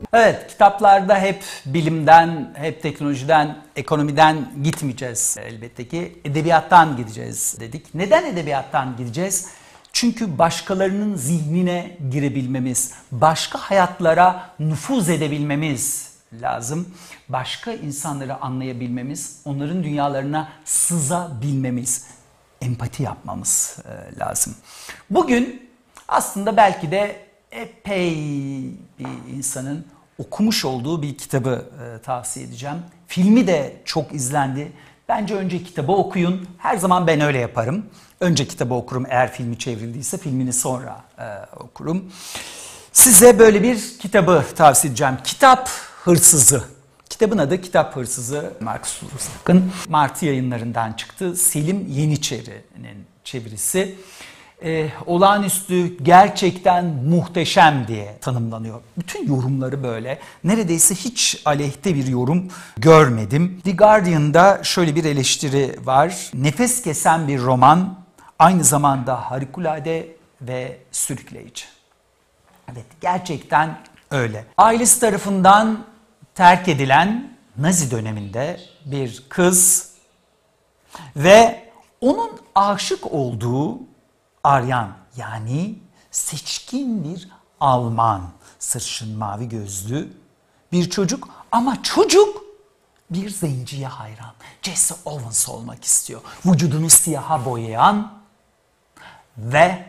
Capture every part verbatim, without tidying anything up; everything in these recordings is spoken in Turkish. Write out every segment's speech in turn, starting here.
Evet, kitaplarda hep bilimden, hep teknolojiden, ekonomiden gitmeyeceğiz elbette ki. Edebiyattan gideceğiz dedik. Neden edebiyattan gideceğiz? Çünkü başkalarının zihnine girebilmemiz, başka hayatlara nüfuz edebilmemiz lazım. Başka insanları anlayabilmemiz, onların dünyalarına sızabilmemiz, empati yapmamız lazım. Bugün aslında belki de epey bir insanın okumuş olduğu bir kitabı e, tavsiye edeceğim. Filmi de çok izlendi. Bence önce kitabı okuyun. Her zaman ben öyle yaparım. Önce kitabı okurum, eğer filmi çevrildiyse filmini sonra e, okurum. Size böyle bir kitabı tavsiye edeceğim. Kitap Hırsızı. Kitabın adı Kitap Hırsızı. Mark Zuckerberg'in Martı Yayınlarından çıktı. Selim Yeniçeri'nin çevirisi. Ee, olağanüstü, gerçekten muhteşem diye tanımlanıyor. Bütün yorumları böyle. Neredeyse hiç aleyhte bir yorum görmedim. The Guardian'da şöyle bir eleştiri var. Nefes kesen bir roman, aynı zamanda harikulade ve sürükleyici. Evet, gerçekten öyle. Ailesi tarafından terk edilen Nazi döneminde bir kız ve onun aşık olduğu Aryan, yani seçkin bir Alman, sarışın mavi gözlü bir çocuk, ama çocuk bir zenciye hayran. Jesse Owens olmak istiyor. Vücudunu siyaha boyayan ve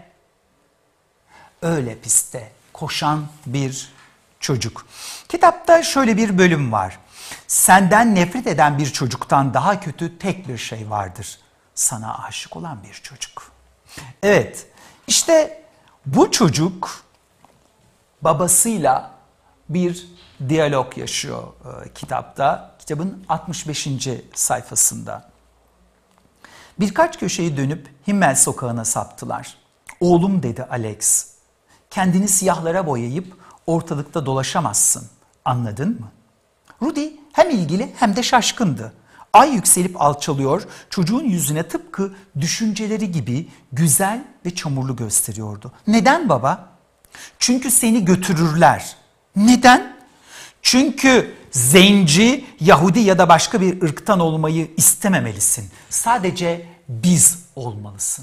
öyle pistte koşan bir çocuk. Kitapta şöyle bir bölüm var. Senden nefret eden bir çocuktan daha kötü tek bir şey vardır. Sana aşık olan bir çocuk. Evet, işte bu çocuk babasıyla bir diyalog yaşıyor e, kitapta. Kitabın altmış beşinci sayfasında. Birkaç köşeyi dönüp Himmel sokağına saptılar. Oğlum, dedi Alex, kendini siyahlara boyayıp ortalıkta dolaşamazsın. Anladın mı? Rudy hem ilgili hem de şaşkındı. Ay yükselip alçalıyor, çocuğun yüzüne tıpkı düşünceleri gibi güzel ve çamurlu gösteriyordu. Neden baba? Çünkü seni götürürler. Neden? Çünkü zenci, Yahudi ya da başka bir ırktan olmayı istememelisin. Sadece biz olmalısın.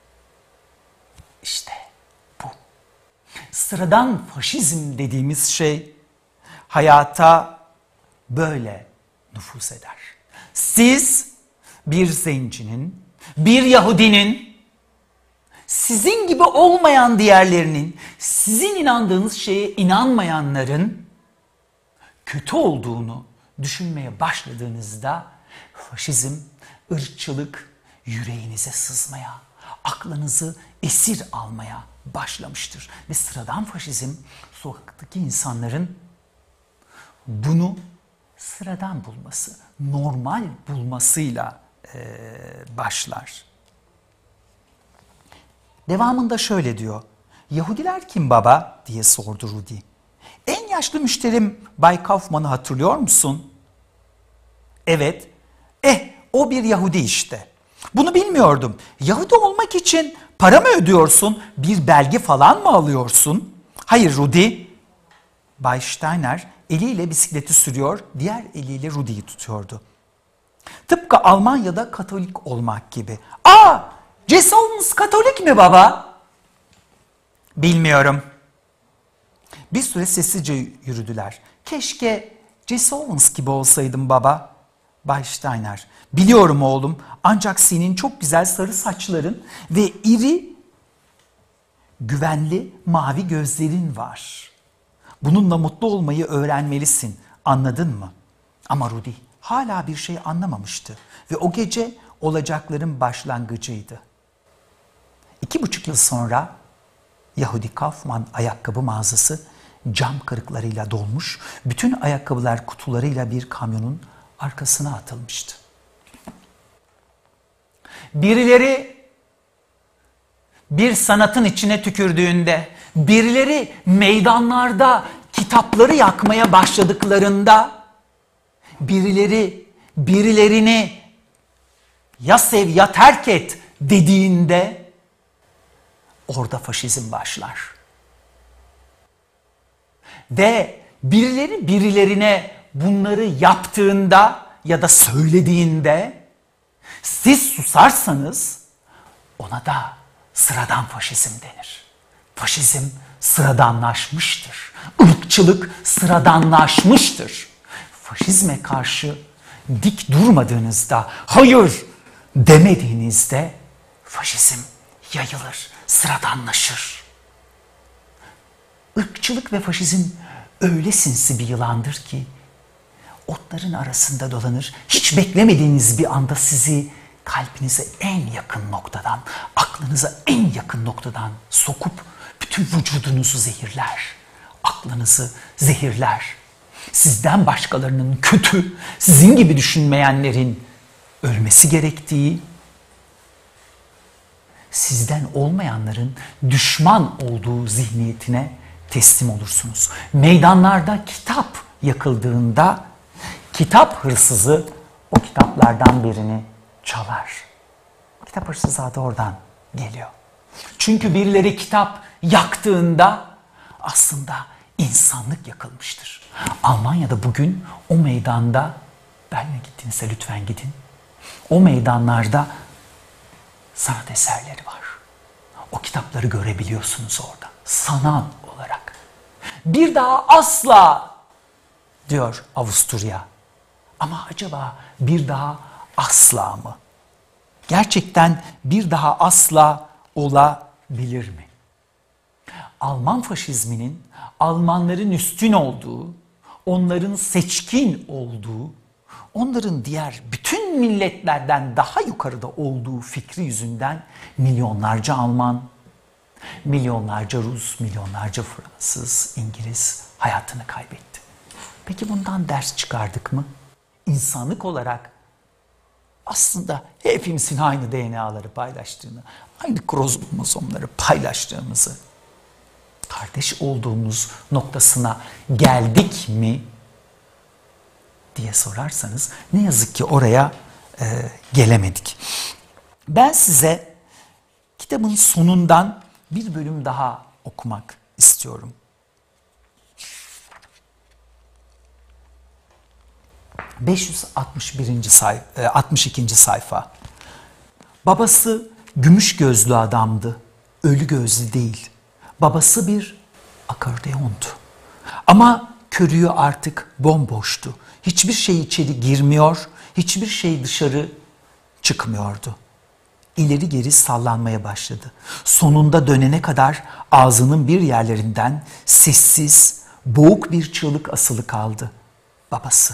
İşte bu. Sıradan faşizm dediğimiz şey hayata böyle nüfuz eder. Siz bir zencinin, bir Yahudinin, sizin gibi olmayan diğerlerinin, sizin inandığınız şeye inanmayanların kötü olduğunu düşünmeye başladığınızda faşizm, ırkçılık yüreğinize sızmaya, aklınızı esir almaya başlamıştır. Ve sıradan faşizm sokaktaki insanların bunu sıradan bulması, normal bulmasıyla e, başlar. Devamında şöyle diyor. Yahudiler kim baba diye sordu Rudy. En yaşlı müşterim Bay Kaufman'ı hatırlıyor musun? Evet. Eh, o bir Yahudi işte. Bunu bilmiyordum. Yahudi olmak için para mı ödüyorsun? Bir belge falan mı alıyorsun? Hayır Rudy. Bay Steiner eliyle bisikleti sürüyor, diğer eliyle Rudy'yi tutuyordu. Tıpkı Almanya'da Katolik olmak gibi. Aa, Jesse Owens Katolik mi baba? Bilmiyorum. Bir süre sessizce yürüdüler. Keşke Jesse Owens gibi olsaydım baba. Bay Steiner, biliyorum oğlum, ancak senin çok güzel sarı saçların ve iri, güvenli mavi gözlerin var. Bununla mutlu olmayı öğrenmelisin, anladın mı? Ama Rudy hala bir şey anlamamıştı ve o gece olacakların başlangıcıydı. İki buçuk yıl sonra Yahudi Kaufman ayakkabı mağazası cam kırıklarıyla dolmuş, bütün ayakkabılar kutularıyla bir kamyonun arkasına atılmıştı. Birileri bir sanatın içine tükürdüğünde, birileri meydanlarda kitapları yakmaya başladıklarında, birileri birilerini ya sev ya terk et dediğinde orada faşizm başlar. Ve birileri birilerine bunları yaptığında ya da söylediğinde siz susarsanız ona da sıradan faşizm denir. Faşizm sıradanlaşmıştır. Irkçılık sıradanlaşmıştır. Faşizme karşı dik durmadığınızda, hayır demediğinizde faşizm yayılır, sıradanlaşır. Irkçılık ve faşizm öyle sinsi bir yılandır ki otların arasında dolanır. Hiç beklemediğiniz bir anda sizi kalbinize en yakın noktadan, aklınıza en yakın noktadan sokup bütün vücudunuzu zehirler. Aklınızı zehirler. Sizden başkalarının kötü, sizin gibi düşünmeyenlerin ölmesi gerektiği, sizden olmayanların düşman olduğu zihniyetine teslim olursunuz. Meydanlarda kitap yakıldığında kitap hırsızı o kitaplardan birini çalar. Kitap hırsızı adı oradan geliyor. Çünkü birileri kitap yaktığında aslında insanlık yakılmıştır. Almanya'da bugün o meydanda, Berlin'e gittiğinizde lütfen gidin. O meydanlarda sanat eserleri var. O kitapları görebiliyorsunuz orada. Sanat olarak. Bir daha asla diyor Avusturya. Ama acaba bir daha asla mı? Gerçekten bir daha asla olabilir mi? Alman faşizminin Almanların üstün olduğu, onların seçkin olduğu, onların diğer bütün milletlerden daha yukarıda olduğu fikri yüzünden milyonlarca Alman, milyonlarca Rus, milyonlarca Fransız, İngiliz hayatını kaybetti. Peki bundan ders çıkardık mı? İnsanlık olarak aslında hepimizin aynı D N A'ları paylaştığını, aynı kromozomları paylaştığımızı, kardeş olduğumuz noktasına geldik mi diye sorarsanız ne yazık ki oraya e, gelemedik. Ben size kitabın sonundan bir bölüm daha okumak istiyorum. beş yüz altmış birinci sayfa, altmış ikinci sayfa. Babası gümüş gözlü adamdı, ölü gözlü değil. Babası bir akordeondu. Ama körüğü artık bomboştu. Hiçbir şey içeri girmiyor, hiçbir şey dışarı çıkmıyordu. İleri geri sallanmaya başladı. Sonunda dönene kadar ağzının bir yerlerinden sessiz, boğuk bir çığlık asılı kaldı. Babası.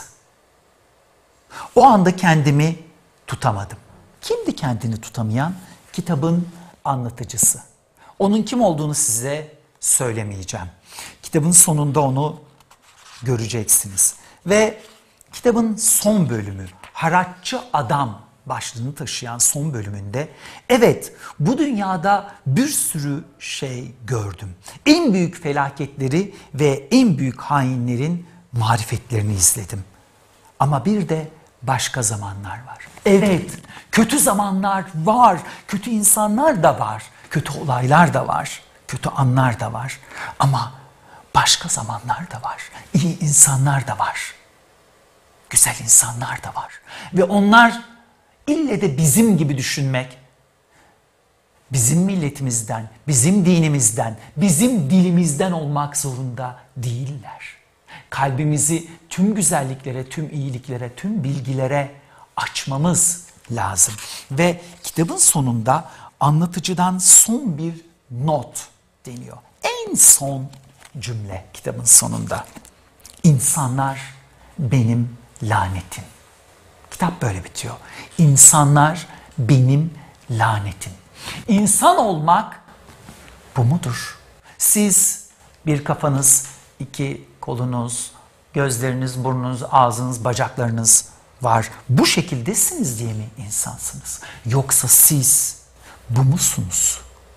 O anda kendimi tutamadım. Kimdi kendini tutamayan? Kitabın anlatıcısı. Onun kim olduğunu size söylemeyeceğim. Kitabın sonunda onu göreceksiniz. Ve kitabın son bölümü, Haratçı Adam başlığını taşıyan son bölümünde, evet bu dünyada bir sürü şey gördüm. En büyük felaketleri ve en büyük hainlerin marifetlerini izledim. Ama bir de başka zamanlar var. Evet, kötü zamanlar var, kötü insanlar da var, kötü olaylar da var, kötü anlar da var. Ama başka zamanlar da var, iyi insanlar da var, güzel insanlar da var. Ve onlar ille de bizim gibi düşünmek, bizim milletimizden, bizim dinimizden, bizim dilimizden olmak zorunda değiller. Kalbimizi tüm güzelliklere, tüm iyiliklere, tüm bilgilere açmamız lazım. Ve kitabın sonunda anlatıcıdan son bir not deniyor. En son cümle kitabın sonunda. İnsanlar benim lanetim. Kitap böyle bitiyor. İnsanlar benim lanetim. İnsan olmak bu mudur? Siz bir kafanız, iki kolunuz, gözleriniz, burnunuz, ağzınız, bacaklarınız var. Bu şekildesiniz diye mi insansınız? Yoksa siz bu musunuz?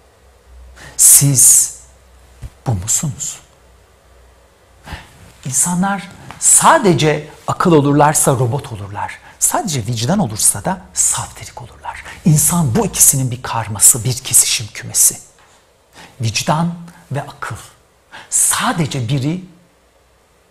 Siz bu musunuz? İnsanlar sadece akıl olurlarsa robot olurlar. Sadece vicdan olursa da saftirik olurlar. İnsan bu ikisinin bir karması, bir kesişim kümesi. Vicdan ve akıl. Sadece biri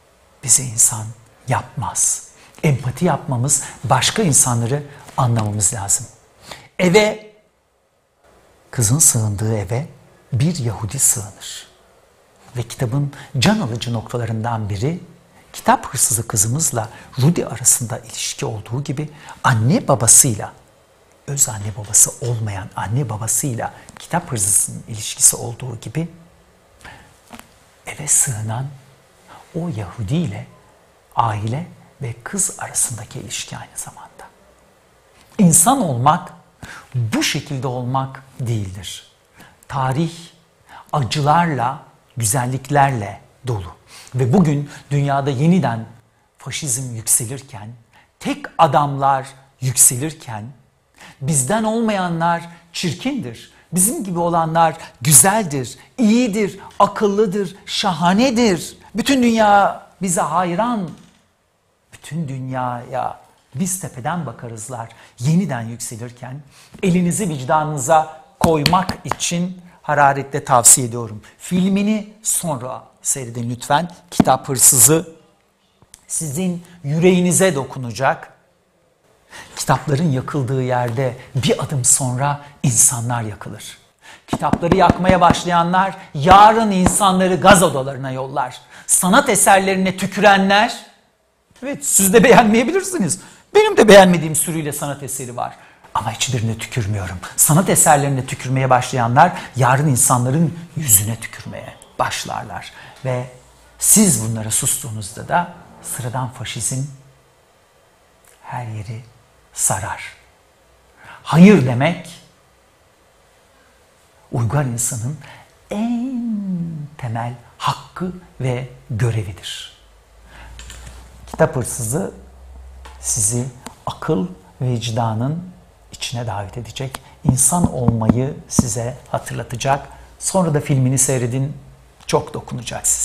bizi insan yapmaz. Empati yapmamız, başka insanları anlamamız lazım. Eve, kızın sığındığı eve bir Yahudi sığınır. Ve kitabın can alıcı noktalarından biri, kitap hırsızı kızımızla Rudy arasında ilişki olduğu gibi anne babasıyla, öz anne babası olmayan anne babasıyla kitap hırsızının ilişkisi olduğu gibi eve sığınan o Yahudi ile aile ve kız arasındaki ilişki aynı zamanda. İnsan olmak bu şekilde olmak değildir. Tarih acılarla, güzelliklerle dolu. Ve bugün dünyada yeniden faşizm yükselirken, tek adamlar yükselirken, bizden olmayanlar çirkindir, bizim gibi olanlar güzeldir, iyidir, akıllıdır, şahanedir. Bütün dünya bize hayran, bütün dünyaya biz tepeden bakarızlar yeniden yükselirken, elinizi vicdanınıza koymak için hararetle tavsiye ediyorum. Filmini sonra seyredin lütfen. Kitap Hırsızı sizin yüreğinize dokunacak. Kitapların yakıldığı yerde bir adım sonra insanlar yakılır. Kitapları yakmaya başlayanlar yarın insanları gaz odalarına yollar. Sanat eserlerine tükürenler, evet siz de beğenmeyebilirsiniz. Benim de beğenmediğim sürüyle sanat eseri var. Ama hiçbirine tükürmüyorum. Sanat eserlerine tükürmeye başlayanlar yarın insanların yüzüne tükürmeye başlarlar. Ve siz bunlara sustuğunuzda da sıradan faşizm her yeri sarar. Hayır demek uygar insanın en temel hakkı ve görevidir. Kitap Hırsızı sizi akıl ve vicdanın içine davet edecek, insan olmayı size hatırlatacak. Sonra da filmini seyredin, çok dokunacak size.